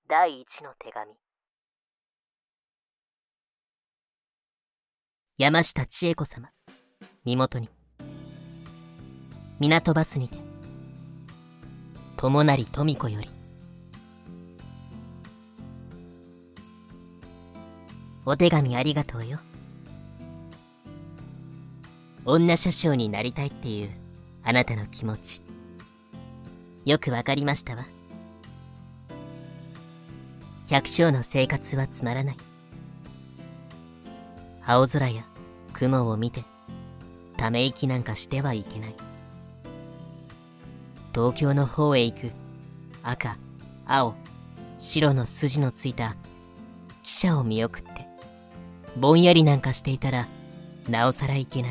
第一の手紙。山下千恵子様、身元に。港バスにて、友成富子より。お手紙ありがとうよ。女車掌になりたいっていうあなたの気持ち、よくわかりましたわ。百姓の生活はつまらない。青空や雲を見てため息なんかしてはいけない。東京の方へ行く赤、青、白の筋のついた汽車を見送ってぼんやりなんかしていたらなおさらいけない。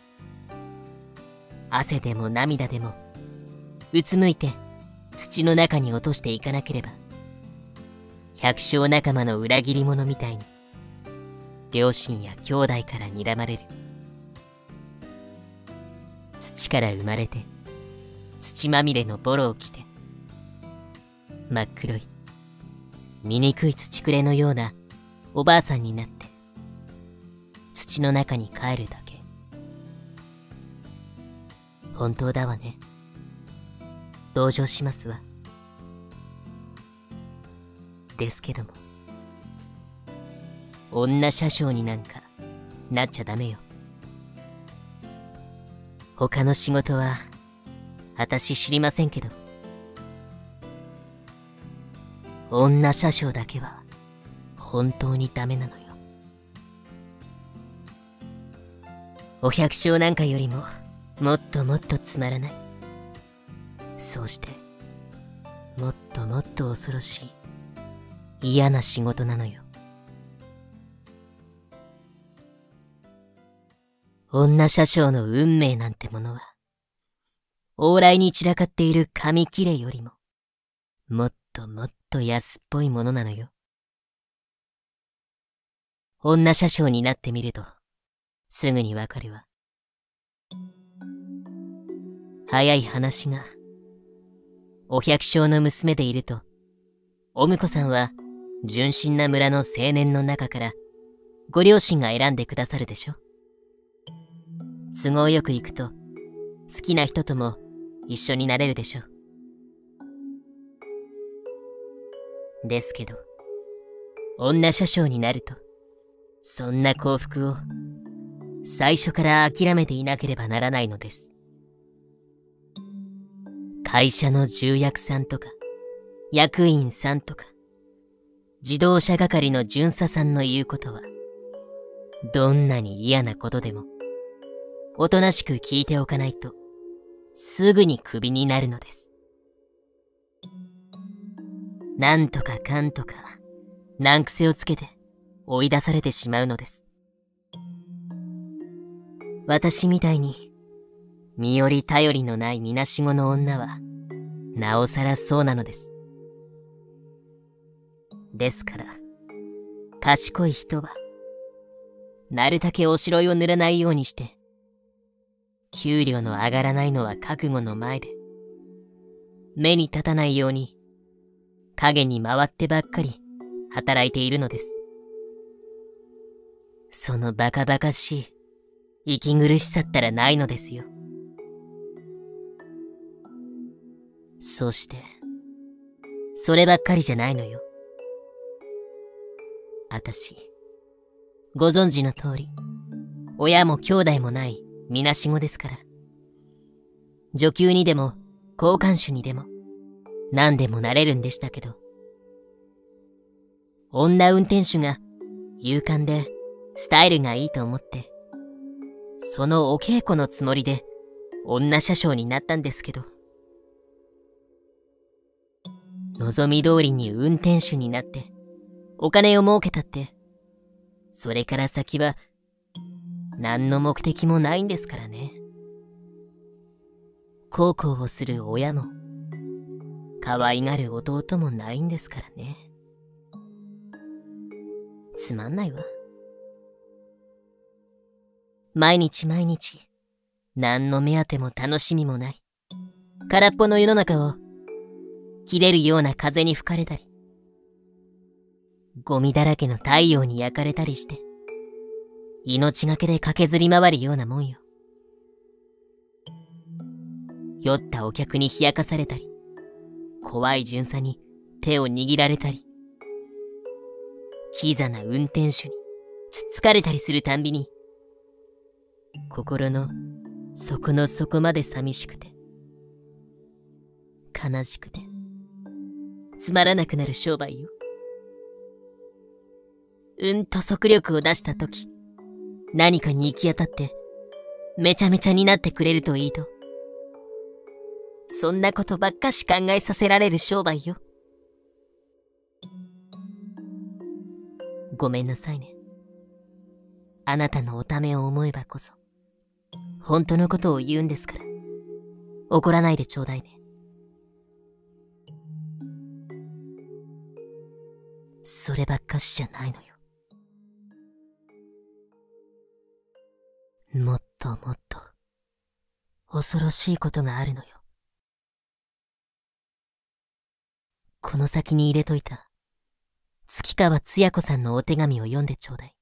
汗でも涙でもうつむいて土の中に落としていかなければ、百姓仲間の裏切り者みたいに両親や兄弟から睨まれる。土から生まれて土まみれのボロを着て、真っ黒い醜い土くれのようなおばあさんになって土の中に帰るだけ。本当だわね。同情しますわ。ですけども、女車掌になんかなっちゃダメよ。他の仕事は私知りませんけど、女車掌だけは本当にダメなのよ。お百姓なんかよりももっともっとつまらない。そうしてもっともっと恐ろしい嫌な仕事なのよ。女車掌の運命なんてものは、往来に散らかっている紙切れよりももっともっと安っぽいものなのよ。女車掌になってみるとすぐにわかるわ。早い話が、お百姓の娘でいると、お婿さんは純真な村の青年の中からご両親が選んでくださるでしょ。都合よく行くと好きな人とも一緒になれるでしょ。ですけど女車掌になると、そんな幸福を最初から諦めていなければならないのです。会社の重役さんとか役員さんとか自動車係の巡査さんの言うことは、どんなに嫌なことでもおとなしく聞いておかないとすぐにクビになるのです。なんとかかんとか難癖をつけて追い出されてしまうのです。私みたいに身寄り頼りのないみなしごの女はなおさらそうなのです。ですから賢い人はなるだけおしろいを塗らないようにして、給料の上がらないのは覚悟の前で、目に立たないように影に回ってばっかり働いているのです。そのバカバカしい息苦しさったらないのですよ。そうしてそればっかりじゃないのよ。あたしご存知の通り、親も兄弟もないみなしごですから、女給にでも交換手にでも何でもなれるんでしたけど、女運転手が勇敢でスタイルがいいと思って、そのお稽古のつもりで女車掌になったんですけど、望み通りに運転手になってお金を儲けたって、それから先は何の目的もないんですからね。孝行をする親も可愛がる弟もないんですからね。つまんないわ。毎日毎日何の目当ても楽しみもない空っぽの世の中を切れるような風に吹かれたり、 ゴミだらけの太陽に焼かれたりして、命がけで駆けずり回るようなもんよ。酔ったお客に冷やかされたり、怖い巡査に手を握られたり、キザな運転手につっつかれたりするたんびに、心の底の底まで寂しくて、悲しくて、つまらなくなる商売よ。速力を出したとき、何かに行き当たって、めちゃめちゃになってくれるといいと。そんなことばっかし考えさせられる商売よ。ごめんなさいね。あなたのおためを思えばこそ、本当のことを言うんですから、怒らないでちょうだいね。そればっかしじゃないのよ。もっともっと、恐ろしいことがあるのよ。この先に入れといた、月川つや子さんのお手紙を読んでちょうだい。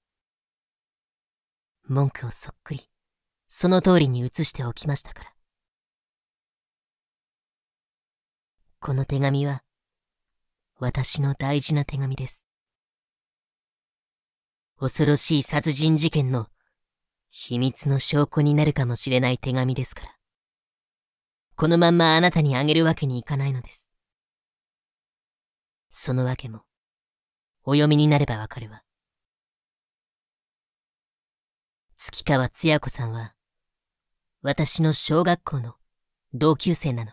文句をそっくり、その通りに写しておきましたから。この手紙は、私の大事な手紙です。恐ろしい殺人事件の秘密の証拠になるかもしれない手紙ですから。このまんまあなたにあげるわけにいかないのです。そのわけも、お読みになればわかるわ。月川つや子さんは、私の小学校の同級生なの。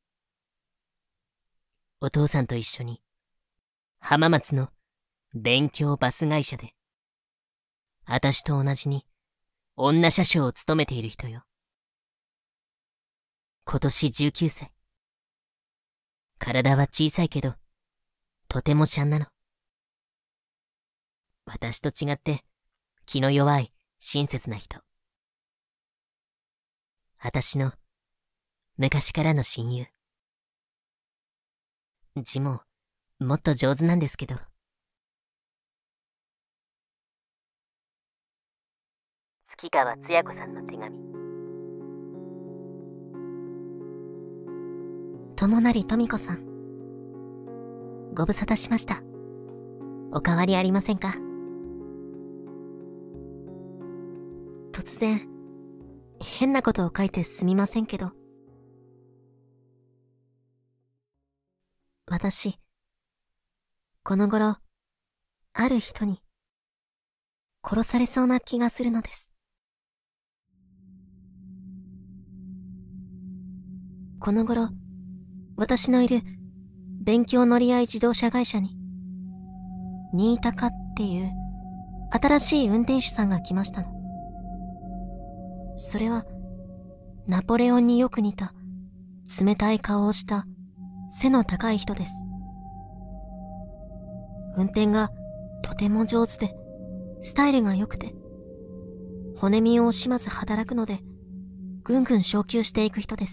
お父さんと一緒に、浜松の勉強バス会社で、私と同じに女車掌を務めている人よ。今年19歳。体は小さいけど、とてもシャンなの。私と違って気の弱い親切な人。私の昔からの親友。字ももっと上手なんですけど。月川つや子さんの手紙。友成富子さん、ご無沙汰しました。お変わりありませんか？突然変なことを書いてすみませんけど、私この頃ある人に殺されそうな気がするのです。この頃私のいる勉強乗り合い自動車会社に新高っていう新しい運転手さんが来ましたの。それはナポレオンによく似た冷たい顔をした背の高い人です。運転がとても上手でスタイルが良くて骨身を惜しまず働くのでぐんぐん昇給していく人です。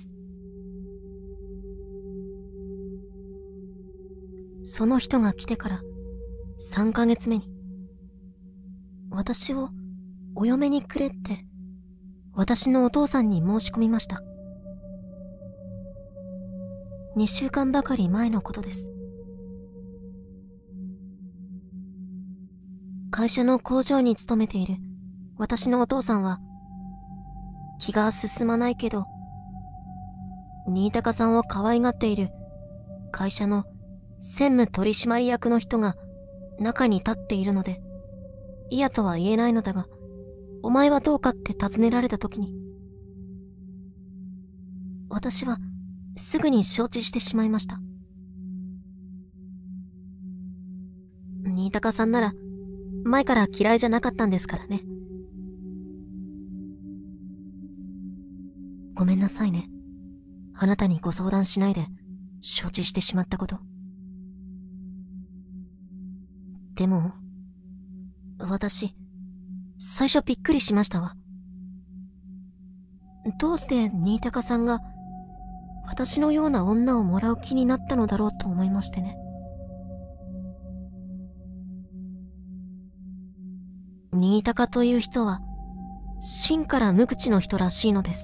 その人が来てから3ヶ月目に私をお嫁にくれって私のお父さんに申し込みました。2週間ばかり前のことです。会社の工場に勤めている私のお父さんは気が進まないけど新高さんを可愛がっている会社の専務取締役の人が中に立っているので嫌とは言えないのだが、お前はどうかって尋ねられた時に私はすぐに承知してしまいました。新高さんなら前から嫌いじゃなかったんですからね。ごめんなさいね。あなたにご相談しないで承知してしまったこと。でも私最初びっくりしましたわ。どうして新高さんが私のような女をもらう気になったのだろうと思いましてね。 新高という人は、真から無口の人らしいのです。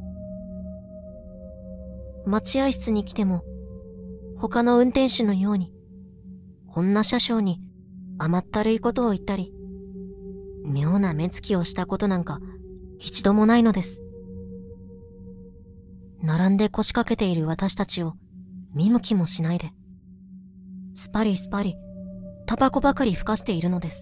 待合室に来ても、他の運転手のように、女車掌に甘ったるいことを言ったり、妙な目つきをしたことなんか一度もないのです。並んで腰掛けている私たちを見向きもしないで、スパリスパリ、タバコばかり吹かしているのです。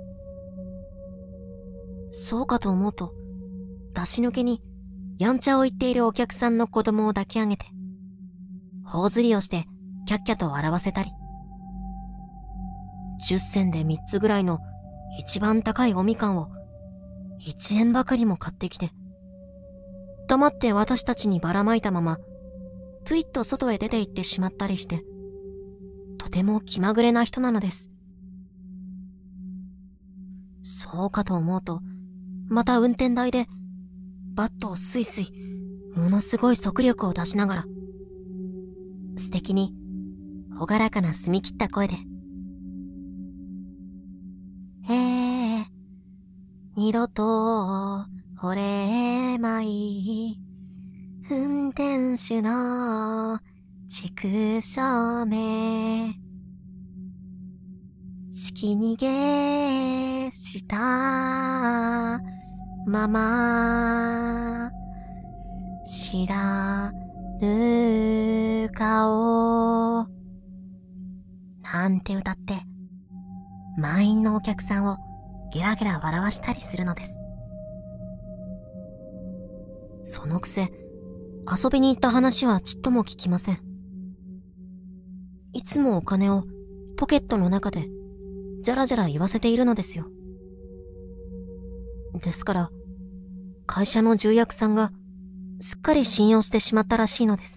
そうかと思うと、出し抜けにやんちゃを言っているお客さんの子供を抱き上げて、頬ずりをしてキャッキャと笑わせたり、10銭で3つぐらいの一番高いおみかんを1円ばかりも買ってきて、黙って私たちにばらまいたまま、ぷいっと外へ出て行ってしまったりして、とても気まぐれな人なのです。そうかと思うと、また運転台で、バットをスイスイ、ものすごい速力を出しながら、素敵に、ほがらかな澄み切った声で、二度と、惚れまい、運転手の、畜生め、しき逃げしたまま、知らぬ顔、なんて歌って、満員のお客さんをゲラゲラ笑わしたりするのです。そのくせ、遊びに行った話はちっとも聞きません。いつもお金をポケットの中でじゃらじゃら言わせているのですよ。ですから、会社の重役さんがすっかり信用してしまったらしいのです。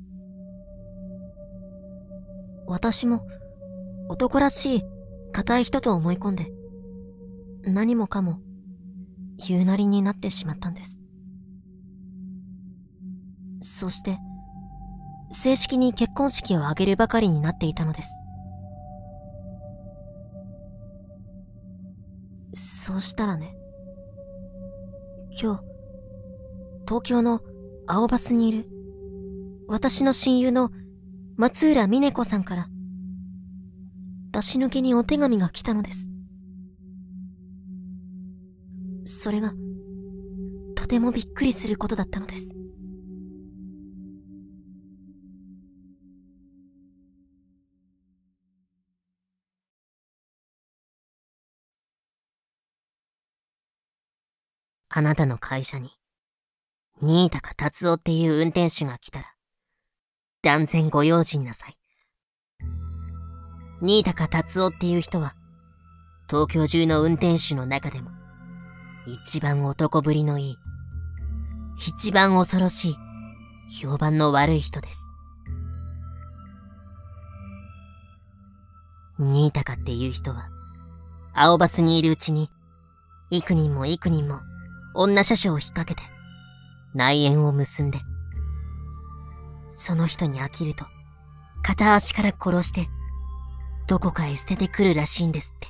私も男らしい固い人と思い込んで、何もかも言うなりになってしまったんです。そして、正式に結婚式を挙げるばかりになっていたのです。そうしたらね、今日、東京の青バスにいる、私の親友の松浦美音子さんから、出し抜けにお手紙が来たのです。それが、とてもびっくりすることだったのです。 あなたの会社に、新高達夫っていう運転手が来たら、断然ご用心なさい。新高達夫っていう人は、東京中の運転手の中でも、一番男ぶりのいい、一番恐ろしい、評判の悪い人です。新高っていう人は、青バスにいるうちに、幾人も幾人も、女車掌を引っ掛けて、内縁を結んで、その人に飽きると、片足から殺して、どこかへ捨ててくるらしいんですって。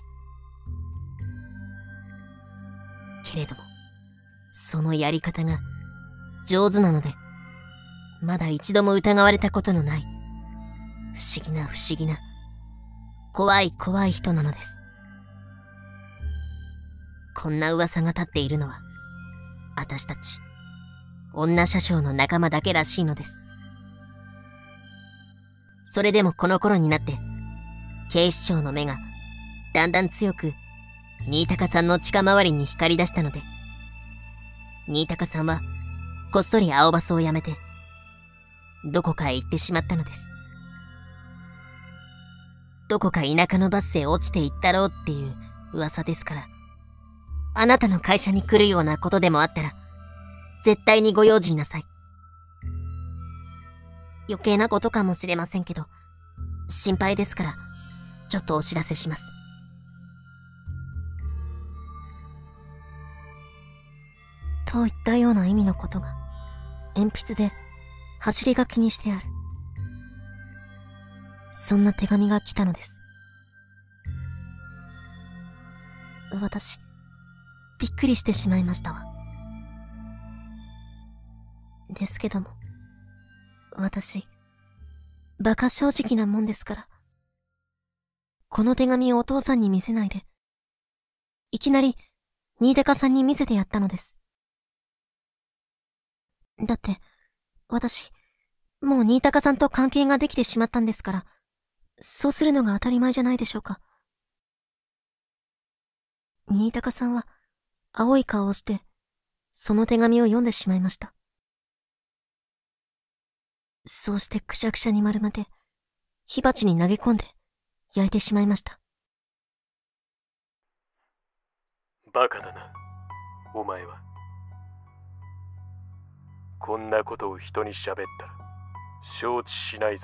けれども、そのやり方が上手なので、まだ一度も疑われたことのない、不思議な不思議な、怖い怖い人なのです。こんな噂が立っているのは、私たち、女車掌の仲間だけらしいのです。それでもこの頃になって、警視庁の目が、だんだん強く、新高さんの地下周りに光り出したので、新高さんは、こっそり青バスをやめて、どこかへ行ってしまったのです。どこか田舎のバスへ落ちて行ったろうっていう噂ですから、あなたの会社に来るようなことでもあったら、絶対にご用心なさい。余計なことかもしれませんけど、心配ですから、ちょっとお知らせします。 といったような意味のことが、鉛筆で走り書きにしてある。そんな手紙が来たのです。 私、びっくりしてしまいましたわ。ですけども、私、馬鹿正直なもんですから、この手紙をお父さんに見せないで、いきなり、新高さんに見せてやったのです。だって、私、もう新高さんと関係ができてしまったんですから、そうするのが当たり前じゃないでしょうか。新高さんは、青い顔をして、その手紙を読んでしまいました。そうしてくしゃくしゃに丸めて、火鉢に投げ込んで、焼いてしまいました。 バカだな、お前は。こんなことを人に喋ったら承知しないぞ。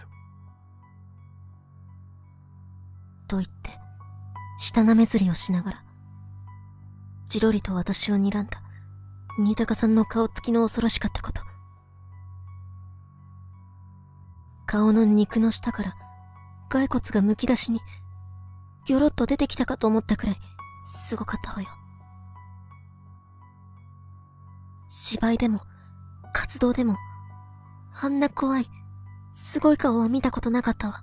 と言って、舌なめずりをしながら、じろりと私を睨んだ、新高さんの顔つきの恐ろしかったこと。顔の肉の下から、骸骨がむき出しに、ぎょろっと出てきたかと思ったくらい、すごかったわよ。芝居でも、活動でも、あんな怖い、すごい顔は見たことなかったわ。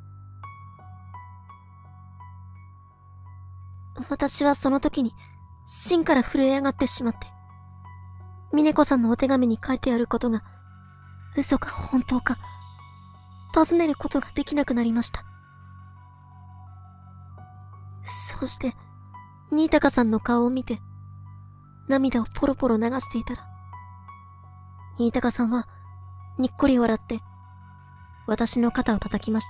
私はその時に、芯から震え上がってしまって、峰子さんのお手紙に書いてあることが、嘘か本当か、尋ねることができなくなりました。そうして、新高さんの顔を見て、涙をポロポロ流していたら、新高さんは、にっこり笑って、私の肩を叩きました。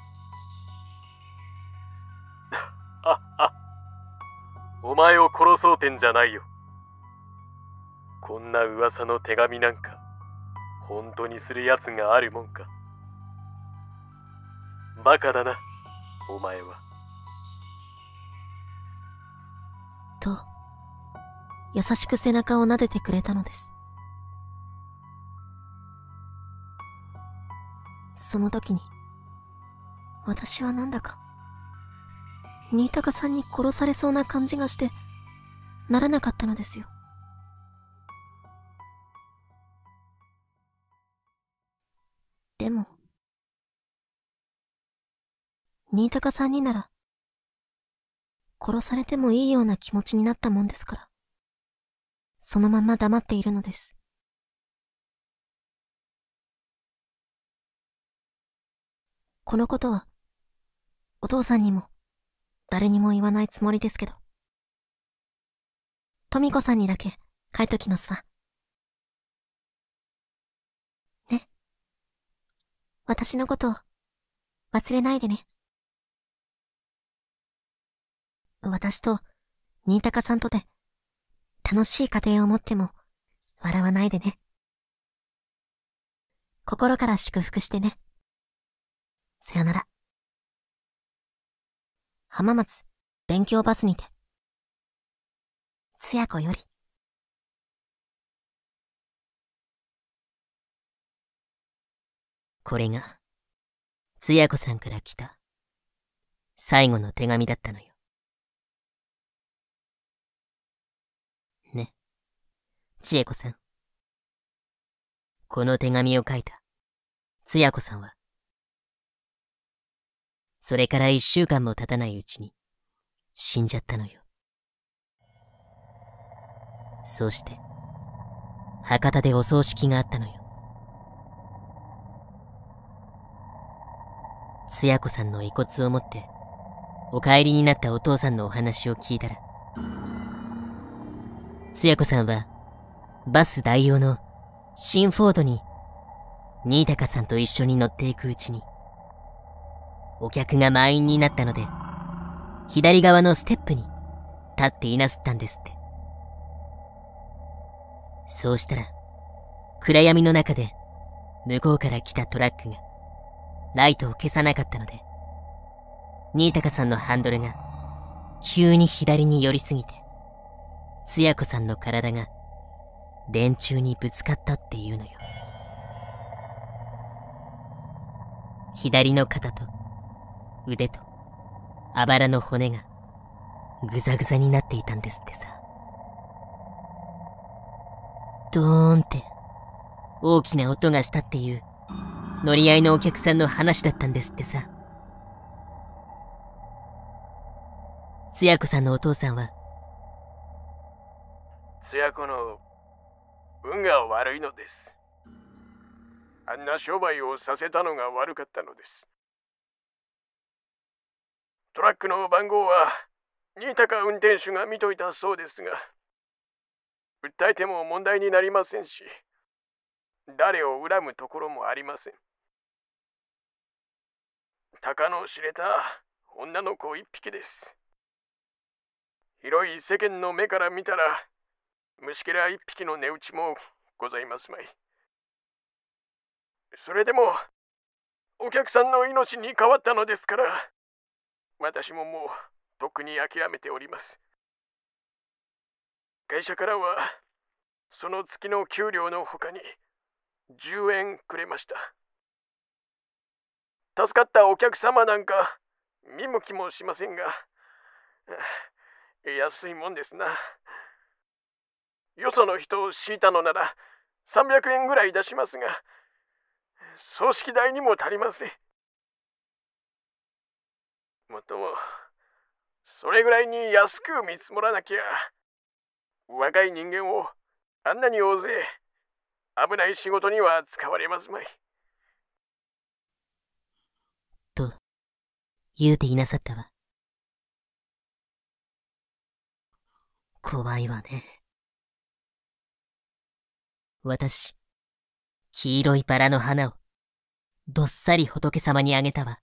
お前を殺そうってんじゃないよ。こんな噂の手紙なんか、本当にするやつがあるもんか。バカだな、お前は。 と、優しく背中を撫でてくれたのです。その時に、私はなんだか、新高さんに殺されそうな感じがして、ならなかったのですよ。でも、新高さんになら、殺されてもいいような気持ちになったもんですから、そのまま黙っているのです。このことは、お父さんにも、誰にも言わないつもりですけど、富子さんにだけ書いときますわ。ね。私のことを忘れないでね。私と新高さんとで楽しい家庭を持っても笑わないでね。心から祝福してね。さよなら。浜松勉強バスにて。つや子より。 これが、つや子さんから来た、最後の手紙だったのよ。ね、千恵子さん。この手紙を書いた、つや子さんは、それから1週間も経たないうちに、死んじゃったのよ。そうして、博多でお葬式があったのよ。つや子さんの遺骨を持って、お帰りになったお父さんのお話を聞いたら、つや子さんは、バス代用の新フォードに、新高さんと一緒に乗っていくうちに、お客が満員になったので、左側のステップに立っていなすったんですって。そうしたら、暗闇の中で、向こうから来たトラックが、ライトを消さなかったので、新高さんのハンドルが、急に左に寄りすぎて、つや子さんの体が、電柱にぶつかったっていうのよ。左の肩と、腕と、あばらの骨が、 ぐざぐざになっていたんですってさ。ドーンって大きな音がしたっていう乗り合いのお客さんの話だったんですってさ。つや子さんのお父さんは、 つや子の運が悪いのです。あんな商売をさせたのが悪かったのです。トラックの番号は新高運転手が見といたそうですが、訴えても問題になりませんし、誰を恨むところもありません。鷹の知れた女の子一匹です。広い世間の目から見たら、虫けら一匹の値打ちもございますまい。それでもお客さんの命に変わったのですから、私ももうとっくに諦めております。会社からはその月の給料の他に10円くれました。助かったお客様なんか見向きもしませんが、安いもんですな。よその人を敷いたのなら300円ぐらい出しますが、葬式代にも足りません。もっともそれぐらいに安く見積もらなきゃ、若い人間をあんなに大勢危ない仕事には使われますまい。 と言うていなさったわ。怖いわね。私、黄色いバラの花をどっさり仏様にあげたわ。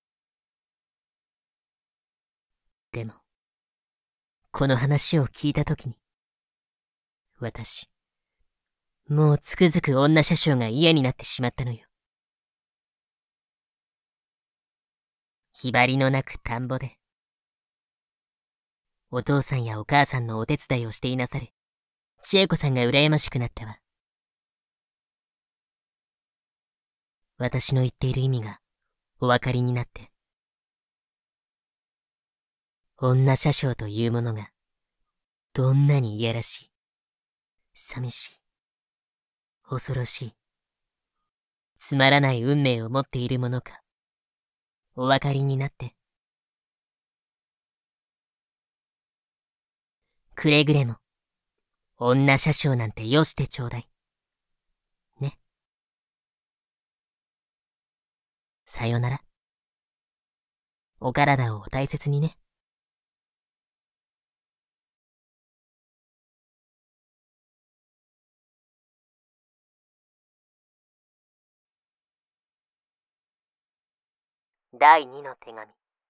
でも、この話を聞いたときに、私、もうつくづく女車掌が嫌になってしまったのよ。ひばりのなく田んぼで、お父さんやお母さんのお手伝いをしていなされ、千恵子さんが羨ましくなったわ。私の言っている意味がお分かりになって、女車掌というものがどんなにいやらしい、寂しい、恐ろしい、つまらない運命を持っているものかお分かりになって、くれぐれも女車掌なんてよしてちょうだいね。さよなら。お体をお大切にね。第2の手紙。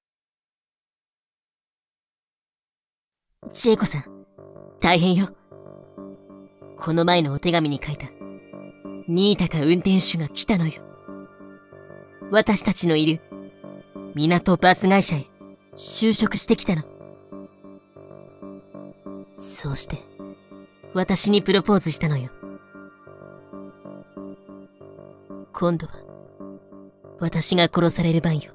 千恵子さん、大変よ。この前のお手紙に書いた新高運転手が来たのよ。私たちのいる港バス会社へ就職してきたの。そうして私にプロポーズしたのよ。今度は私が殺される番よ。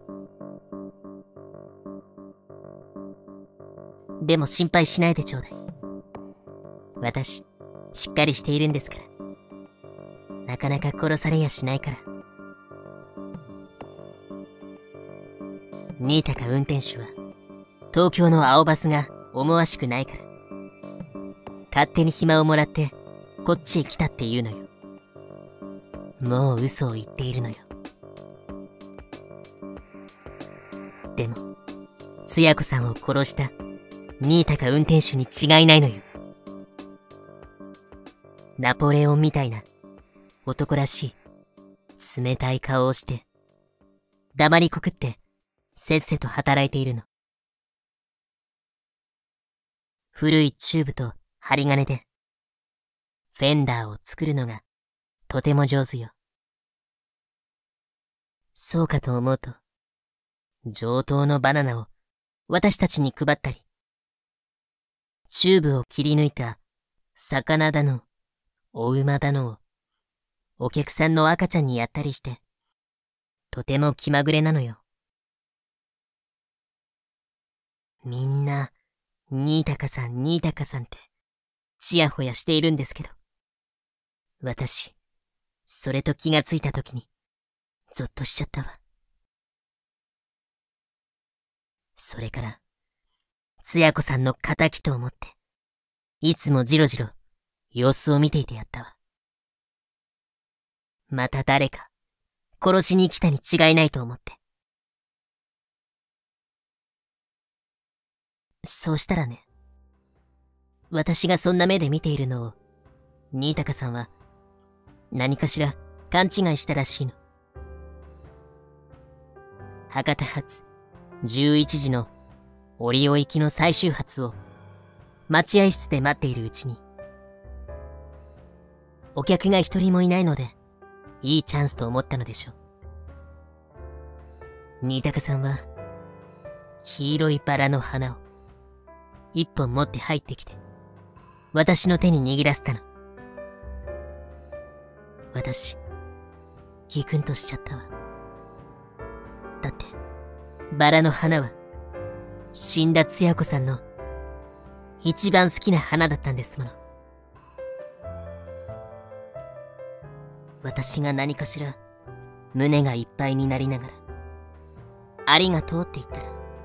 でも心配しないでちょうだい。私、しっかりしているんですから。なかなか殺されやしないから。新高運転手は、東京の青バスが思わしくないから。勝手に暇をもらって、こっちへ来たって言うのよ。もう嘘を言っているのよ。でも、つや子さんを殺した新高運転手に違いないのよ。ナポレオンみたいな男らしい冷たい顔をして黙りこくってせっせと働いているの。古いチューブと針金でフェンダーを作るのがとても上手よ。そうかと思うと上等のバナナを私たちに配ったり、チューブを切り抜いた魚だのお馬だのをお客さんの赤ちゃんにやったりして、とても気まぐれなのよ。みんな新高さん、新高さんって、ちやほやしているんですけど、私、それと気がついたときに、ゾッとしちゃったわ。それから、つや子さんの仇と思って、いつもじろじろ、様子を見ていてやったわ。また誰か、殺しに来たに違いないと思って。そうしたらね、私がそんな目で見ているのを、新高さんは、何かしら勘違いしたらしいの。博多発11時の折尾行きの最終発を、待合室で待っているうちに、お客が一人もいないので、いいチャンスと思ったのでしょう。新高さんは、黄色いバラの花を、一本持って入ってきて、私の手に握らせたの。私、ギクンとしちゃったわ。だって、バラの花は、死んだつや子さんの、一番好きな花だったんですもの。私が何かしら、胸がいっぱいになりながら、ありがとうって言ったら、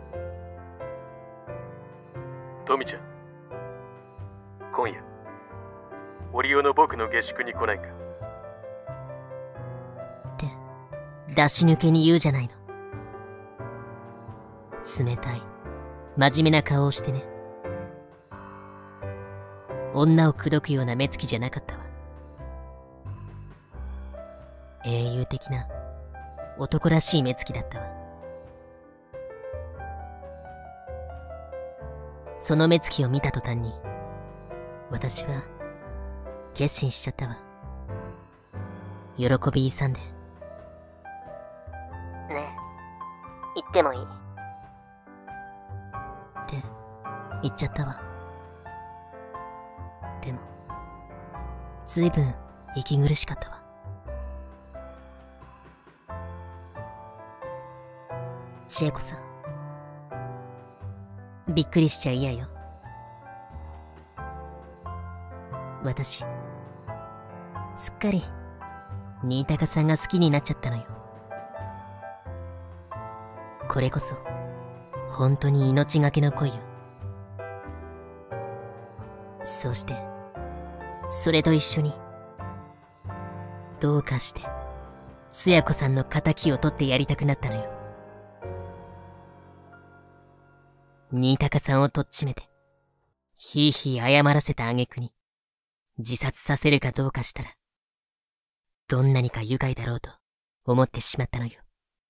トミちゃん、今夜、オリオの僕の下宿に来ないか。 って、出し抜けに言うじゃないの。冷たい、真面目な顔をしてね。女を口説くような目つきじゃなかったわ。英雄的な、男らしい目つきだったわ。その目つきを見た途端に、私は、決心しちゃったわ。喜び勇んで。ねえ、言ってもいい？って言っちゃったわ。でも、ずいぶん息苦しかったわ。千恵子さん、びっくりしちゃ嫌よ。私、すっかり新高さんが好きになっちゃったのよ。これこそ本当に命がけの恋よ。そうしてそれと一緒にどうかしてつや子さんの仇を取ってやりたくなったのよ。新高さんをとっちめてひいひい謝らせた挙句に自殺させるかどうかしたらどんなにか愉快だろうと思ってしまったのよ。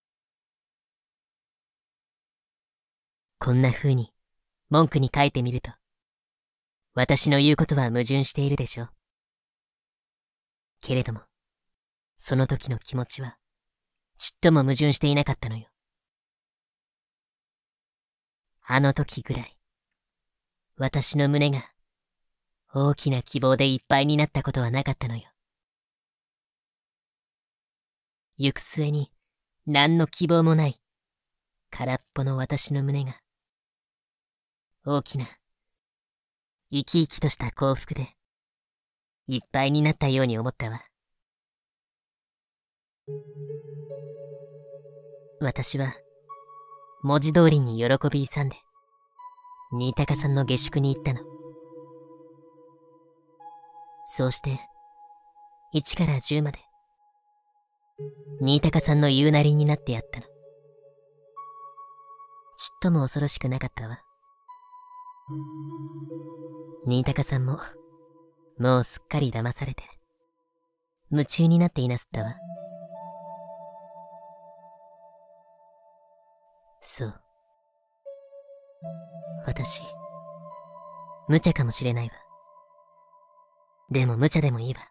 こんな風に文句に書いてみると私の言うことは矛盾しているでしょう。けれどもその時の気持ちはちっとも矛盾していなかったのよ。あの時ぐらい私の胸が大きな希望でいっぱいになったことはなかったのよ。行く末に何の希望もない空っぽの私の胸が大きな生き生きとした幸福でいっぱいになったように思ったわ。私は文字通りに喜び勇んで新高さんの下宿に行ったの。そうして1から10まで新高さんの言うなりになってやったの。ちっとも恐ろしくなかったわ。新高さんももうすっかり騙されて夢中になっていなすったわ。そう、私無茶かもしれないわ。でも無茶でもいいわ。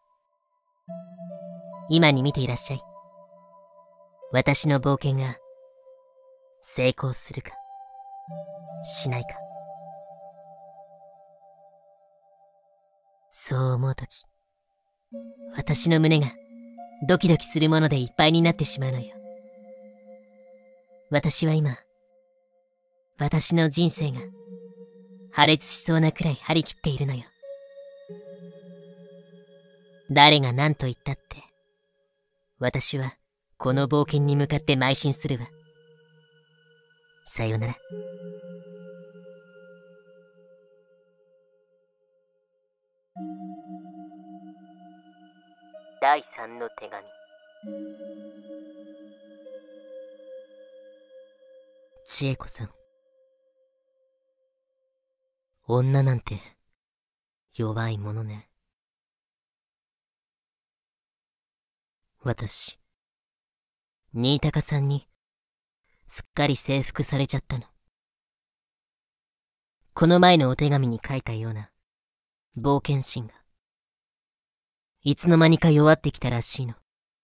今に見ていらっしゃい。私の冒険が成功するかしないか。そう思うとき私の胸がドキドキするものでいっぱいになってしまうのよ。私は今私の人生が破裂しそうなくらい張り切っているのよ。誰が何と言ったって、私はこの冒険に向かって邁進するわ。さよなら。第3の手紙。千恵子さん。女なんて弱いものね。私、新高さんにすっかり征服されちゃったの。この前のお手紙に書いたような冒険心がいつの間にか弱ってきたらしいの。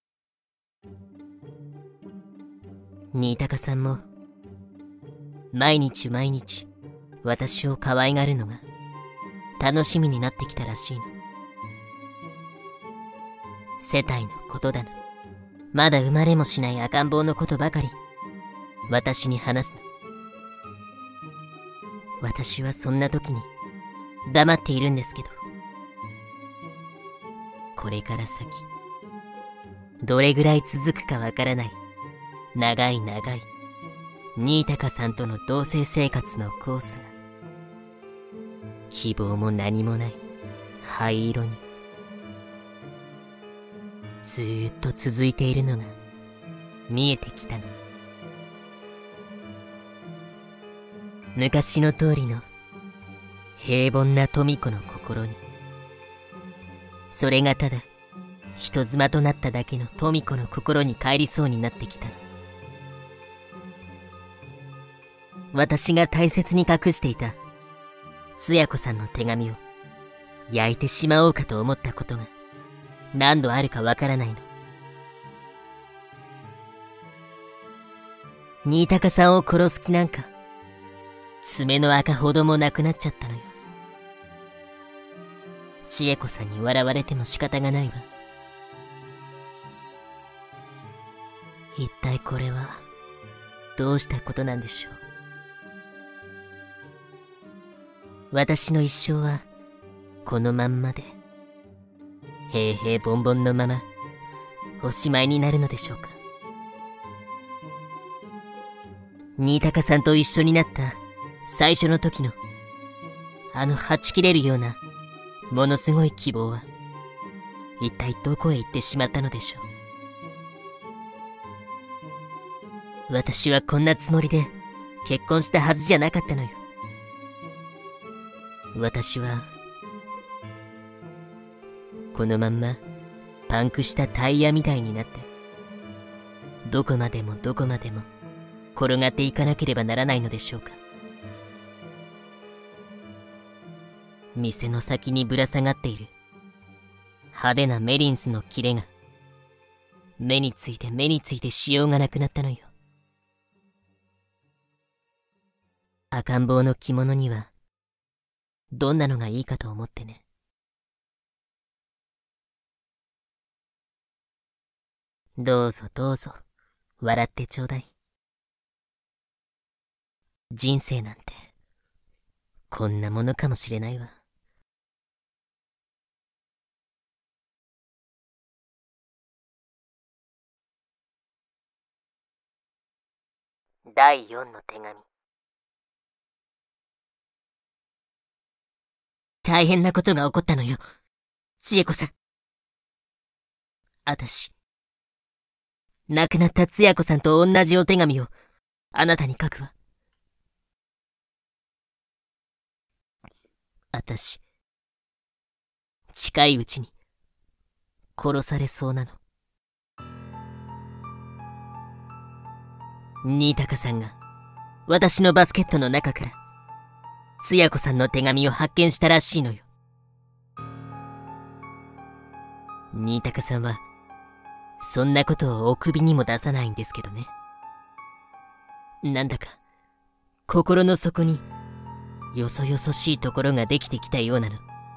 新高さんも毎日毎日私を可愛がるのが楽しみになってきたらしいの。世帯のことだの、まだ生まれもしない赤ん坊のことばかり私に話すの。私はそんな時に黙っているんですけど、これから先どれぐらい続くかわからない長い長い新高さんとの同棲生活のコースが希望も何もない灰色にずーっと続いているのが見えてきたの。昔の通りの平凡な富子の心に、それがただ人妻となっただけの富子の心に帰りそうになってきたの。私が大切に隠していたつや子さんの手紙を焼いてしまおうかと思ったことが何度あるかわからないの。新高さんを殺す気なんか爪の赤ほどもなくなっちゃったのよ。千恵子さんに笑われても仕方がないわ。一体これはどうしたことなんでしょう。私の一生はこのまんまで平々凡々のままおしまいになるのでしょうか。新高さんと一緒になった最初の時のあのはち切れるようなものすごい希望は一体どこへ行ってしまったのでしょう。私はこんなつもりで結婚したはずじゃなかったのよ。私はこのまんまパンクしたタイヤみたいになってどこまでもどこまでも転がっていかなければならないのでしょうか。店の先にぶら下がっている派手なメリンスの切れが目について目についてしようがなくなったのよ。赤ん坊の着物にはどんなのがいいかと思ってね。どうぞどうぞ笑ってちょうだい。人生なんてこんなものかもしれないわ。第4の手紙。大変なことが起こったのよ、千恵子さん。あたし、亡くなったつや子さんと同じお手紙をあなたに書くわ。あたし、近いうちに殺されそうなの。新高さんが私のバスケットの中からつや子さんの手紙を発見したらしいのよ。新高さんはそんなことをお首にも出さないんですけどね。なんだか心の底によそよそしいところができてきたようなの。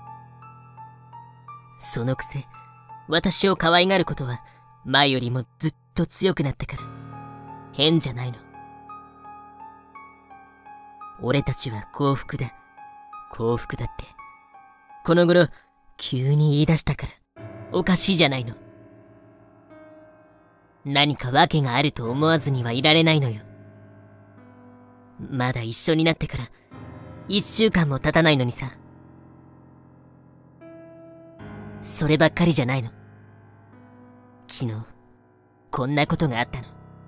そのくせ私を可愛がることは前よりもずっと強くなったから変じゃないの。俺たちは幸福だ、 幸福だって、この頃、急に言い出したから、おかしいじゃないの。何か訳があると思わずにはいられないのよ。まだ一緒になってから、1週間も経たないのにさ。そればっかりじゃないの。昨日、こんなことがあったの。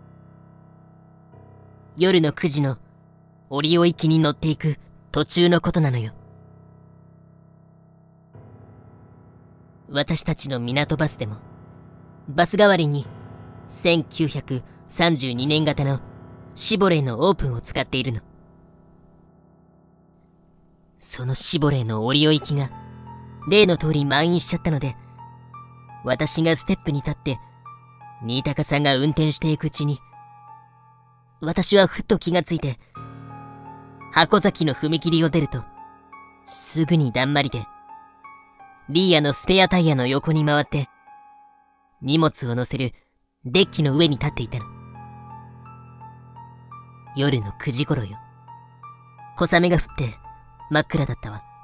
夜の9時の、オリオ行きに乗っていく途中のことなのよ。私たちの港バスでも、バス代わりに、1932年型のシボレーのオープンを使っているの。そのシボレーのオリオ行きが、例の通り満員しちゃったので、私がステップに立って、新高さんが運転していくうちに、私はふっと気がついて、箱崎の踏切を出ると、すぐにだんまりで、リーヤのスペアタイヤの横に回って、荷物を乗せるデッキの上に立っていたの。夜の9時頃よ。小雨が降って真っ暗だったわ。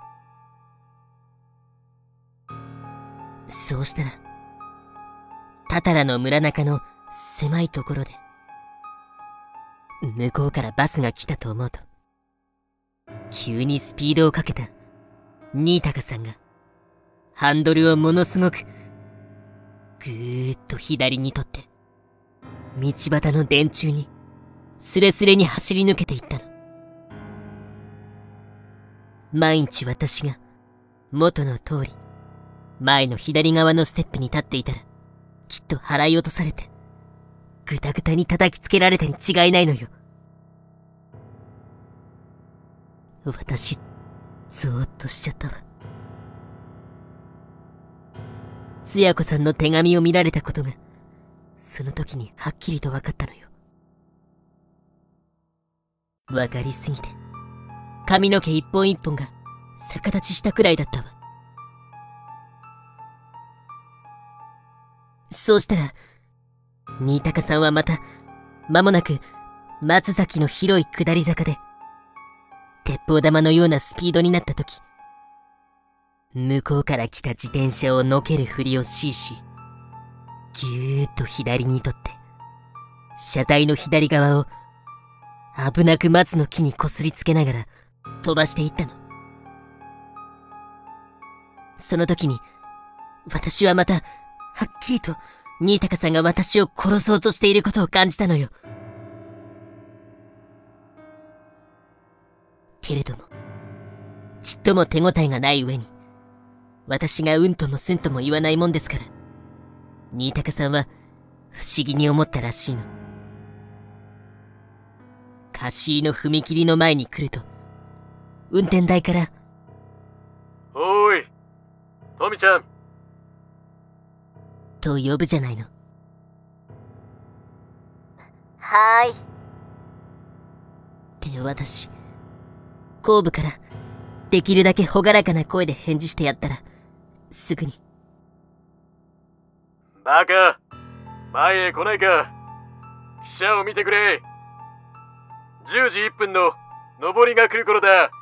そうしたら、タタラの村中の狭いところで、向こうからバスが来たと思うと、急にスピードをかけた新高さんが、ハンドルをものすごく、ぐーっと左に取って、道端の電柱に、スレスレに走り抜けていったの。万一私が、元の通り、前の左側のステップに立っていたら、きっと払い落とされて、ぐたぐたに叩きつけられたに違いないのよ。私、ゾーッとしちゃったわ。つや子さんの手紙を見られたことが、その時にはっきりと分かったのよ。分かりすぎて、髪の毛一本一本が逆立ちしたくらいだったわ。そうしたら、新高さんはまた、間もなく、松崎の広い下り坂で、鉄砲玉のようなスピードになったとき、向こうから来た自転車をのけるふりをし、ぎゅーっと左に取って、車体の左側を、危なく松の木にこすりつけながら、飛ばしていったの。その時に、私はまた、はっきりと、新高さんが私を殺そうとしていることを感じたのよ。けれども、ちっとも手応えがない上に、私がうんともすんとも言わないもんですから、新高さんは不思議に思ったらしいの。貸しの踏切の前に来ると、運転台から、 おーい、トミちゃん。 と呼ぶじゃないの。 はーい。 って私、後部からできるだけ朗らかな声で返事してやったら、すぐに。 バカ、前へ来ないか。汽車を見てくれ。10時1分の上りが来る頃だ。 って、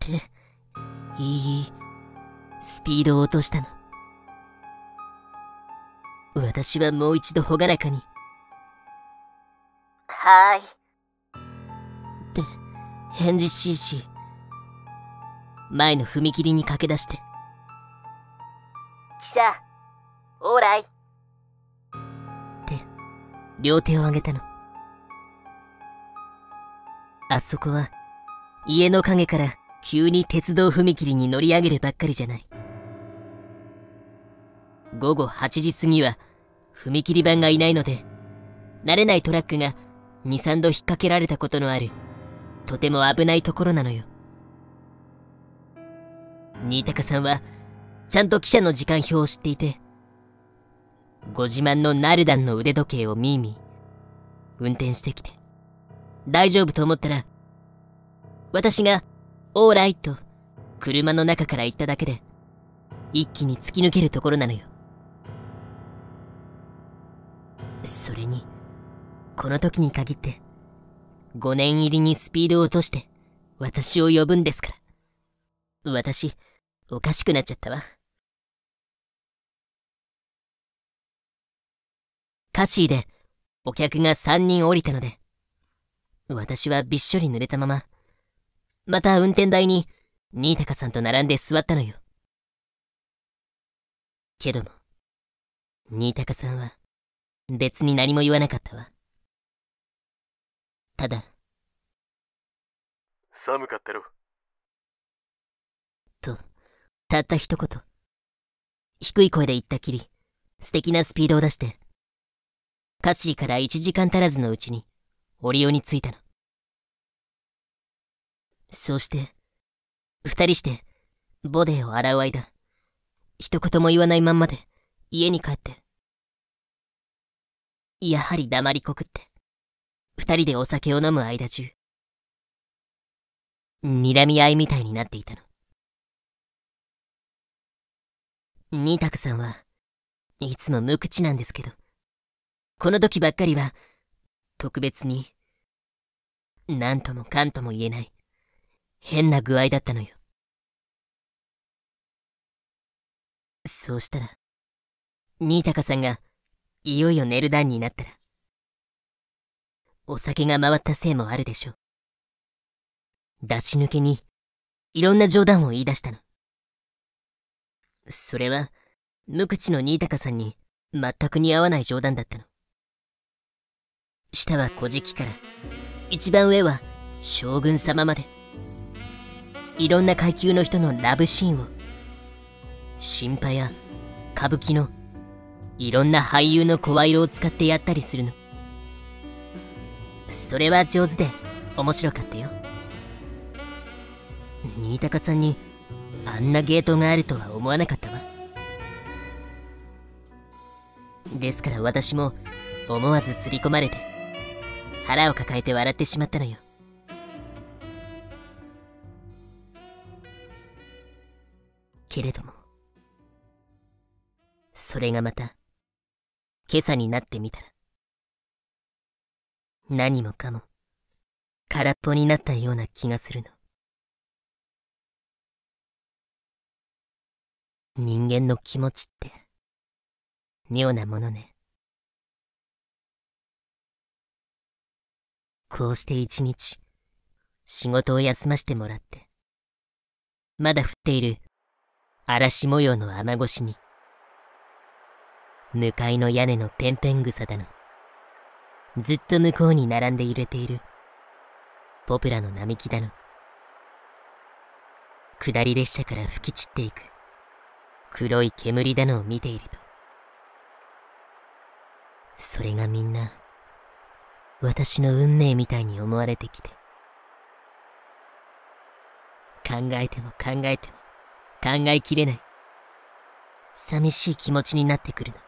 いい、スピードを落としたの。私はもう一度朗らかに。 はーい。 って、返事し、前の踏切に駆け出して。 汽車、オーライ。 って、両手を上げたの。あそこは、家の陰から急に鉄道踏切に乗り上げるばっかりじゃない。午後8時過ぎは、踏切板がいないので、慣れないトラックが2、3度引っ掛けられたことのある、とても危ないところなのよ。新高さんは、ちゃんと汽車の時間表を知っていて、ご自慢のナルダンの腕時計をミーミー、運転してきて、大丈夫と思ったら、私が、オーライと、車の中から行っただけで、一気に突き抜けるところなのよ。それに、この時に限って、5年入りにスピードを落として、 私を呼ぶんですから。私、おかしくなっちゃったわ。カシーでお客が3人降りたので、私はびっしょり濡れたまま、また運転台に新高さんと並んで座ったのよ。けども、新高さんは別に何も言わなかったわ。ただ、 寒かったろ。 と、たった一言。低い声で言ったきり、素敵なスピードを出して、カシーから1時間足らずのうちに、オリオに着いたの。そうして、二人して、ボデーを洗う間、一言も言わないまんまで、家に帰って、やはり黙りこくって、二人でお酒を飲む間中、睨み合いみたいになっていたの。新高さんはいつも無口なんですけど、この時ばっかりは特別に何ともかんとも言えない変な具合だったのよ。そうしたら新高さんがいよいよ寝る段になったら、お酒が回ったせいもあるでしょう。出し抜けにいろんな冗談を言い出したの。それは無口の新高さんに全く似合わない冗談だったの。下は小じから一番上は将軍様まで、いろんな階級の人のラブシーンを、新派や歌舞伎のいろんな俳優の声色を使ってやったりするの。それは上手で面白かったよ。新高さんにあんな芸当があるとは思わなかったわ。ですから私も思わず釣り込まれて腹を抱えて笑ってしまったのよ。けれどもそれがまた今朝になってみたら、何もかも空っぽになったような気がするの。人間の気持ちって妙なものね。こうして一日仕事を休ませてもらって、まだ降っている嵐模様の雨越しに、向かいの屋根のペンペン草だの、ずっと向こうに並んで揺れているポプラの並木だの、下り列車から吹き散っていく黒い煙だのを見ていると、それがみんな私の運命みたいに思われてきて、考えても考えても考えきれない寂しい気持ちになってくるの。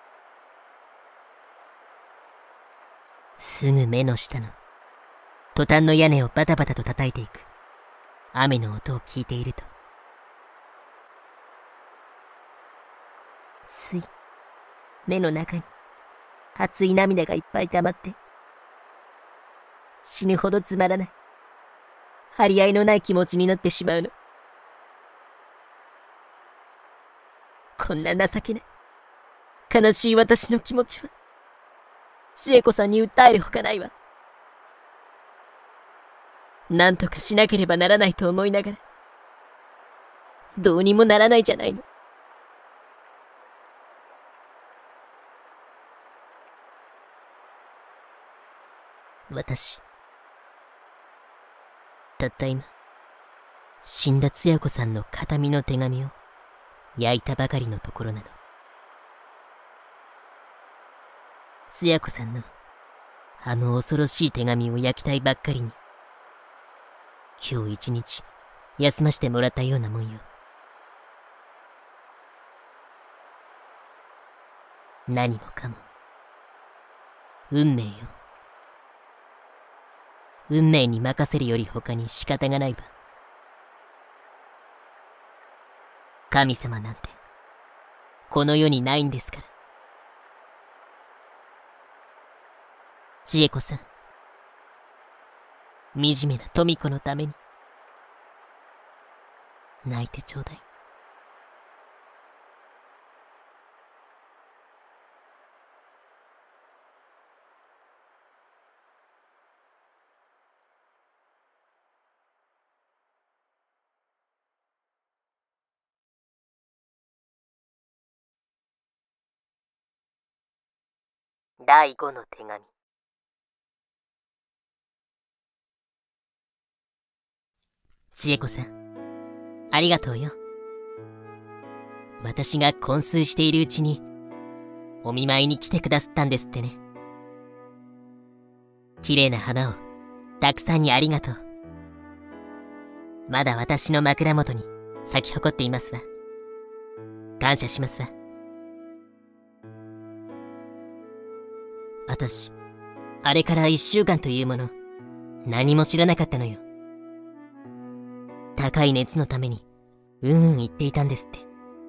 すぐ目の下のトタンの屋根をバタバタと叩いていく雨の音を聞いていると、つい目の中に熱い涙がいっぱい溜まって、死ぬほどつまらない張り合いのない気持ちになってしまうの。こんな情けない悲しい私の気持ちは千恵子さんに訴えるほかないわ。なんとかしなければならないと思いながら、どうにもならないじゃないの。私、たった今、死んだつや子さんの形見の手紙を焼いたばかりのところなの。つや子さんのあの恐ろしい手紙を焼きたいばっかりに、今日一日休ませてもらったようなもんよ。何もかも運命よ。運命に任せるより他に仕方がないわ。神様なんてこの世にないんですから。千恵子さん、惨めな富子のために泣いてちょうだい。第5の手紙。千恵子さん、ありがとうよ。私が昏睡しているうちにお見舞いに来てくださったんですってね。綺麗な花をたくさんにありがとう。まだ私の枕元に咲き誇っていますわ。感謝しますわ。私、あれから1週間というもの、何も知らなかったのよ。高い熱のために、言っていたんですって。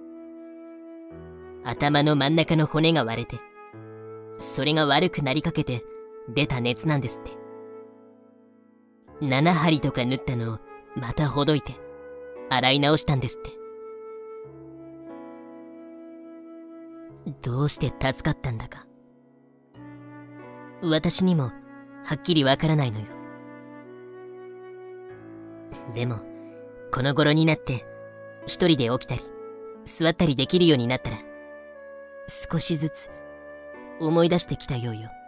頭の真ん中の骨が割れて、それが悪くなりかけて出た熱なんですって。7針とか縫ったのをまたほどいて、洗い直したんですって。どうして助かったんだか。私にもはっきりわからないのよ。でも、この頃になって一人で起きたり座ったりできるようになったら、少しずつ思い出してきたようよ。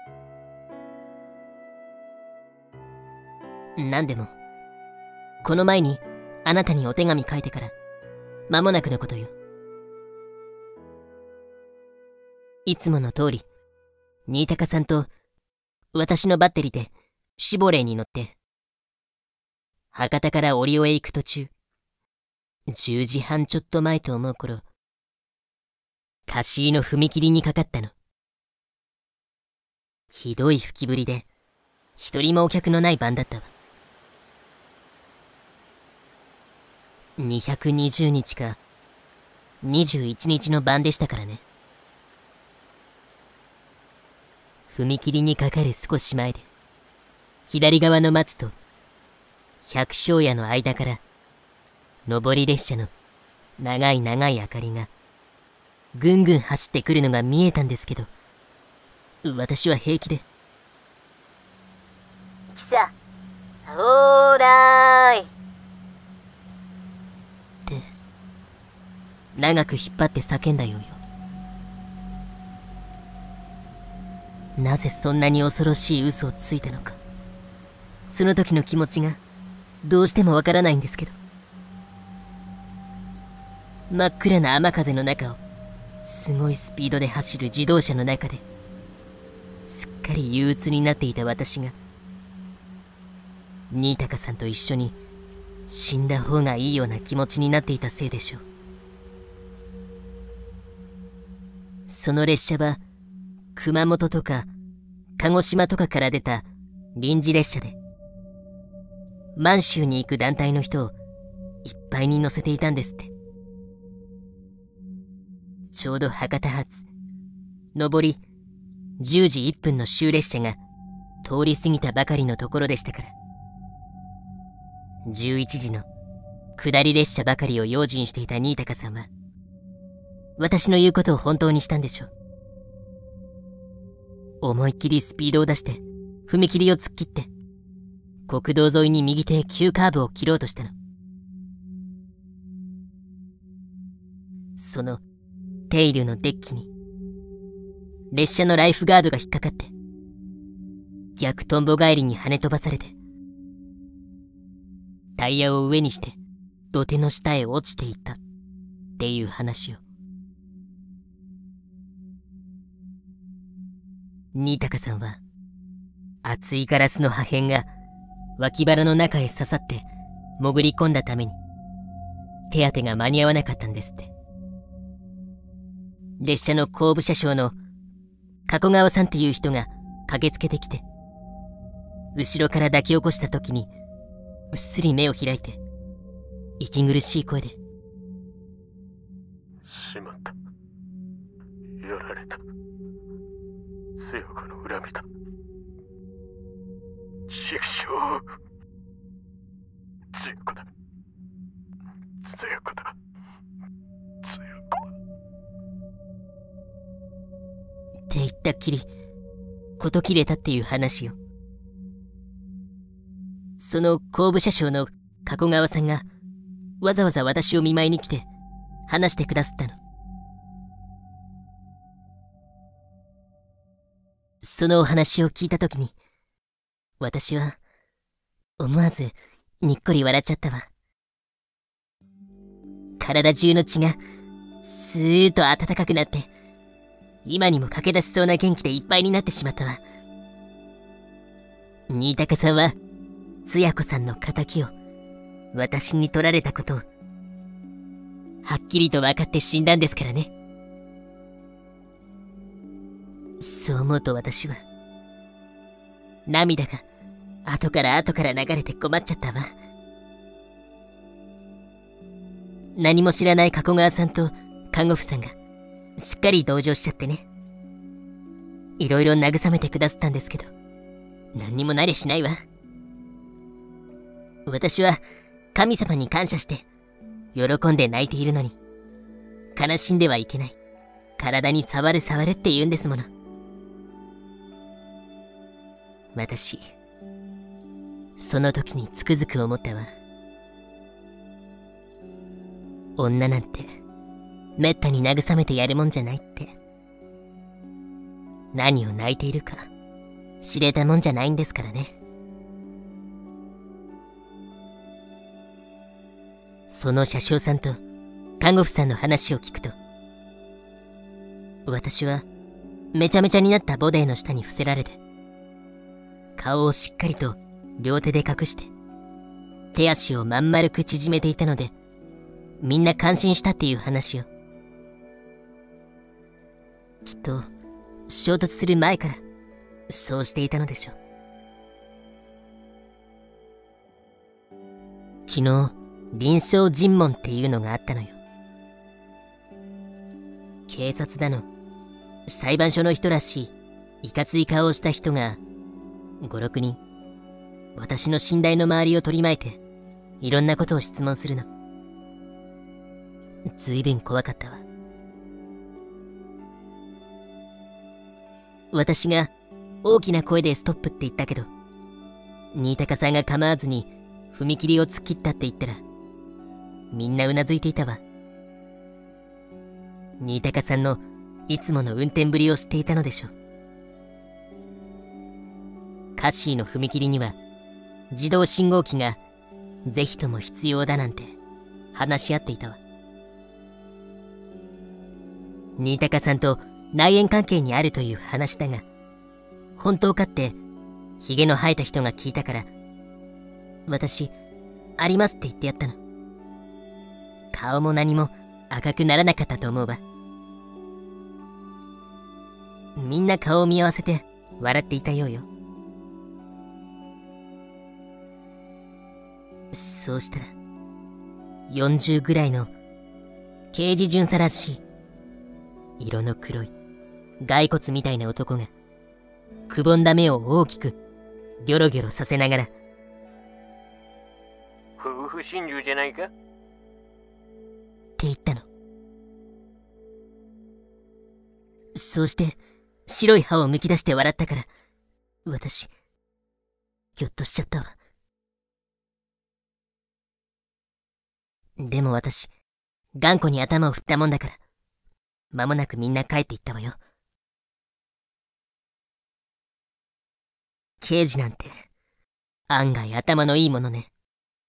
なんでも、この前にあなたにお手紙書いてから間もなくのことよ。いつもの通り新高さんと私のバッテリーでシボレーに乗って博多から折尾へ行く途中、10時半ちょっと前と思う頃、貸井の踏切にかかったの。ひどい吹きぶりで一人もお客のない晩だったわ。220日か21日の晩でしたからね。踏切にかかる少し前で、左側の松と百姓家の間から上り列車の長い長い明かりがぐんぐん走ってくるのが見えたんですけど、私は平気で「汽車ほらーい」って長く引っ張って叫んだよよ。なぜそんなに恐ろしい嘘をついたのか、その時の気持ちがどうしてもわからないんですけど、真っ暗な雨風の中をすごいスピードで走る自動車の中で、すっかり憂鬱になっていた私が新高さんと一緒に死んだ方がいいような気持ちになっていたせいでしょう。その列車は熊本とか鹿児島とかから出た臨時列車で、満州に行く団体の人をいっぱいに乗せていたんですって。ちょうど博多発上り10時1分の終列車が通り過ぎたばかりのところでしたから、11時の下り列車ばかりを用心していた新高さんは、私の言うことを本当にしたんでしょう。思いっきりスピードを出して踏切を突っ切って、国道沿いに右手へ急カーブを切ろうとしたの。そのテイルのデッキに列車のライフガードが引っかかって、逆トンボ返りに跳ね飛ばされて、タイヤを上にして土手の下へ落ちていったっていう話を。新高さんは厚いガラスの破片が脇腹の中へ刺さって潜り込んだために手当てが間に合わなかったんですって。列車の後部車掌の加古川さんっていう人が駆けつけてきて、後ろから抱き起こした時にうっすり目を開いて息苦しい声で 「しまった。やられた。強子の恨みだ。畜生。強子だ。 きり事切れたっていう話よ。その後部車掌の加古川さんがわざわざ私を見舞いに来て話してくださったの。そのお話を聞いたときに、私は思わずにっこり笑っちゃったわ。体中の血がスーッと温かくなって、今にも駆け出しそうな元気でいっぱいになってしまったわ。新高さんはつや子さんの仇を私に取られたことをはっきりと分かって死んだんですからね。そう思うと私は涙が後から流れて困っちゃったわ。何も知らない加古川さんと看護婦さんがすっかり同情しちゃってね。いろいろ慰めてくださったんですけど、何にもなりゃしないわ。私は神様に感謝して喜んで泣いているのに、悲しんではいけない。体に触るって言うんですもの。私、その時につくづく思ったわ。女なんてめったに慰めてやるもんじゃないって。何を泣いているか知れたもんじゃないんですからね。その車掌さんと看護婦さんの話を聞くと、私はめちゃめちゃになったボディの下に伏せられて、顔をしっかりと両手で隠して手足をまん丸く縮めていたので、みんな感心したっていう話を。きっと衝突する前からそうしていたのでしょう。昨日臨床尋問っていうのがあったのよ。警察だの裁判所の人らしいいかつい顔をした人が5、6人私の寝台の周りを取り巻いていろんなことを質問するの。ずいぶん怖かったわ。私が大きな声でストップって言ったけど、新高さんが構わずに踏切を突っ切ったって言ったら、みんなうなずいていたわ。新高さんのいつもの運転ぶりを知っていたのでしょう。カッシーの踏切には自動信号機がぜひとも必要だなんて話し合っていたわ。新高さんと内縁関係にあるという話だが、本当かってヒゲの生えた人が聞いたから、私ありますって言ってやったの。顔も何も赤くならなかったと思うわ。みんな顔を見合わせて笑っていたようよ。そうしたら40ぐらいの刑事巡査らしい色の黒い骸骨みたいな男がくぼんだ目を大きくギョロギョロさせながら、 夫婦心中じゃないかって言ったの。そうして白い歯をむき出して笑ったから、私ぎょっとしちゃったわ。でも私頑固に頭を振ったもんだから、間もなくみんな帰っていったわよ。刑事なんて案外頭のいいものね。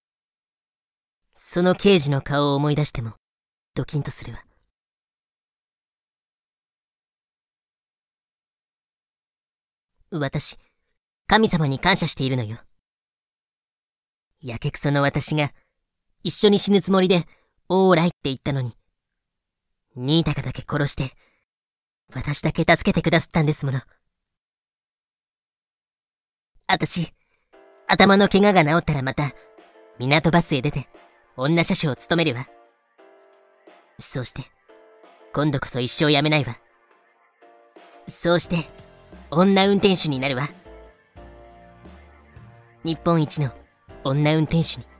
その刑事の顔を思い出してもドキンとするわ。私神様に感謝しているのよ。やけくその私が一緒に死ぬつもりでオーライって言ったのに、新高だけ殺して私だけ助けてくださったんですもの。私頭の怪我が治ったらまた港バスへ出て女車掌を務めるわ。そうして今度こそ一生やめないわ。そうして女運転手になるわ。日本一の女運転手に。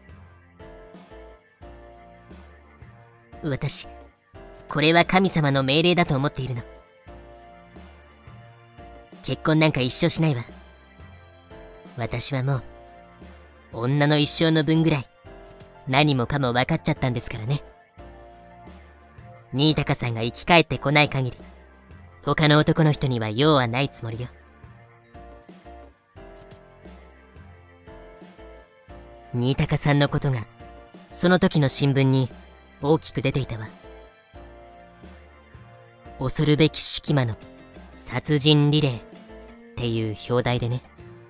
私これは神様の命令だと思っているの。 結婚なんか一生しないわ。私はもう、女の一生の分ぐらい、何もかも分かっちゃったんですからね。新高さんが生き返ってこない限り、他の男の人には用はないつもりよ。新高さんのことが、その時の新聞に大きく出ていたわ。恐るべき式魔の殺人リレーっていう表題でね。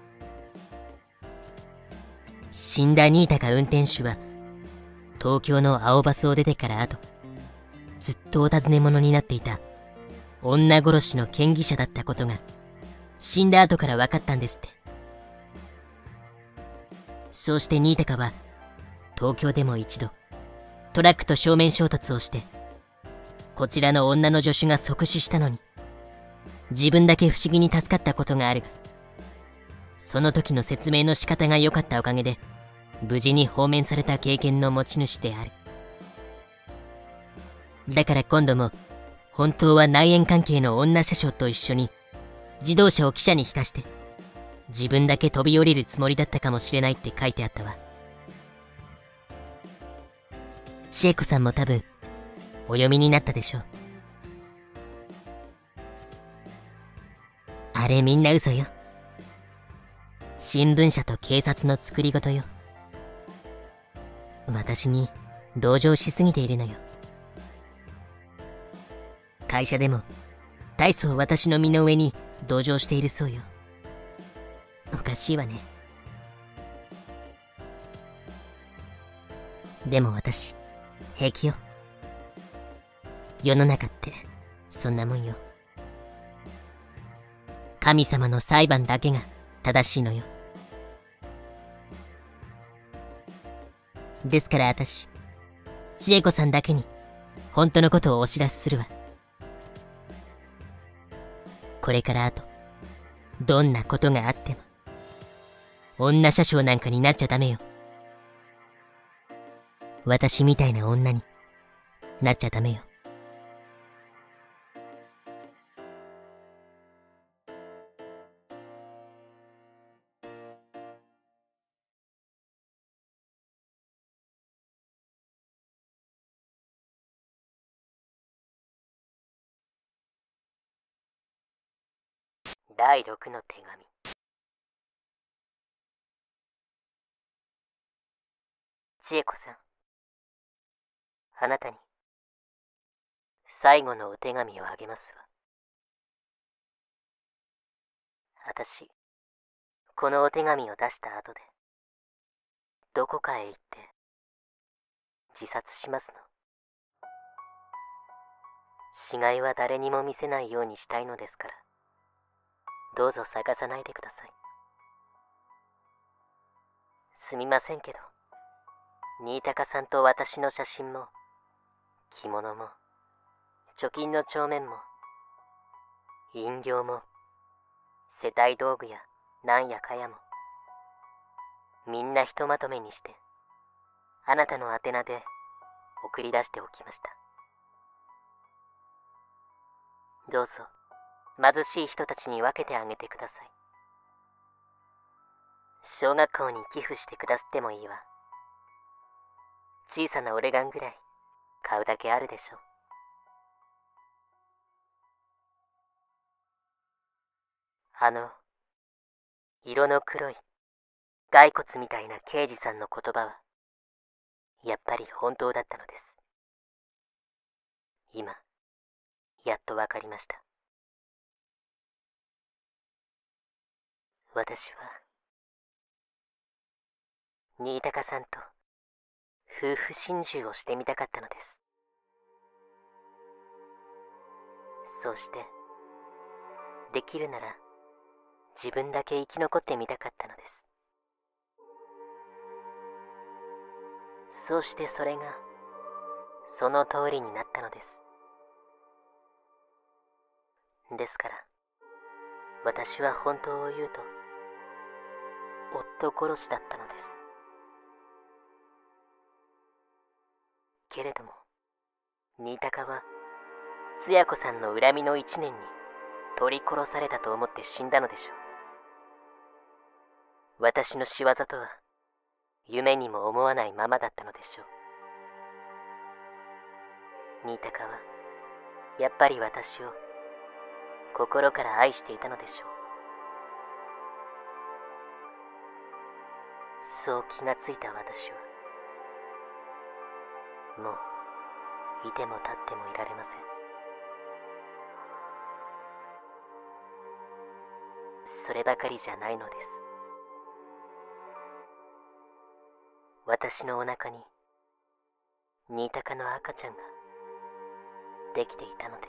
死んだ新高運転手は、東京の青バスを出てから後、ずっとお尋ね者になっていた女殺しの嫌疑者だったことが、死んだ後から分かったんですって。そうして新高は、東京でも一度、トラックと正面衝突をして、こちらの女の助手が即死したのに、自分だけ不思議に助かったことがあるが、その時の説明の仕方が良かったおかげで、無事に放免された経験の持ち主である。だから今度も、本当は内縁関係の女車掌と一緒に、自動車を汽車に引かして、自分だけ飛び降りるつもりだったかもしれないって書いてあったわ。千恵子さんも多分、お読みになったでしょう。あれみんな嘘よ。新聞社と警察の作り事よ。私に同情しすぎているのよ。会社でも大層私の身の上に同情しているそうよ。おかしいわね。でも私、平気よ。世の中ってそんなもんよ。神様の裁判だけが正しいのよ。ですから私、千恵子さんだけに本当のことをお知らせするわ。これからあと、どんなことがあっても、女車掌なんかになっちゃダメよ。私みたいな女になっちゃダメよ。第6の手紙。千恵子さん、あなたに最後のお手紙をあげますわ。私、このお手紙を出した後で、どこかへ行って自殺しますの。死骸は誰にも見せないようにしたいのですから、どうぞ探さないでください。すみませんけど、新高さんと私の写真も、着物も、貯金の帳面も、飲料も、世帯道具やなんやかやも、みんなひとまとめにして、あなたの宛名で送り出しておきました。どうぞ、貧しい人たちに分けてあげてください。小学校に寄付してくださってもいいわ。小さなオレガンぐらい買うだけあるでしょう。色の黒い骸骨みたいな刑事さんの言葉はやっぱり本当だったのです。今やっとわかりました。私は新高さんと夫婦心中をしてみたかったのです。そうしてできるなら自分だけ生き残ってみたかったのです。そうしてそれがその通りになったのです。ですから私は本当を言うと夫殺しだったのです。けれども新高はつや子さんの恨みの1年に取り殺されたと思って死んだのでしょう。私の仕業とは夢にも思わないままだったのでしょう。新高はやっぱり私を心から愛していたのでしょう。そう気がついた私はもういても立ってもいられません。そればかりじゃないのです。私のお腹に新高の赤ちゃんができていたのです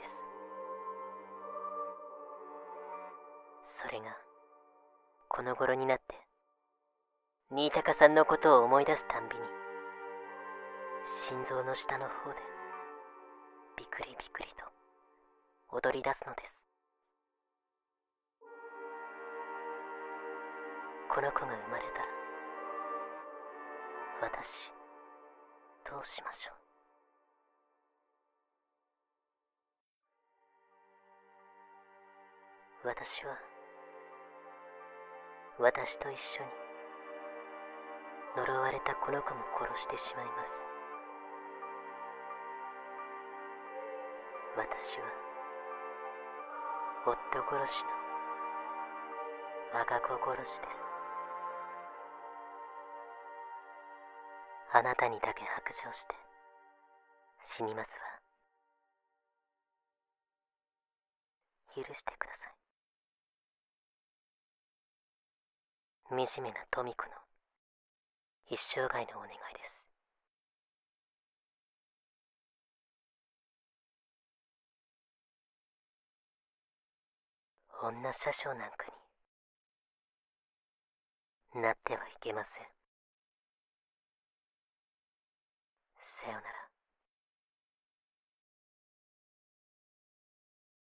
。それがこの頃になって新高さんのことを思い出すたんびに心臓の下の方でビクリビクリと踊り出すのです。この子が生まれたら私どうしましょう。私は私と一緒に呪われたこの子も殺してしまいます。私は夫殺しの我が子殺しです。あなたにだけ白状して死にますわ。許してください。惨めな富子の一生涯のお願いです。女車掌なんかになってはいけません。さよなら。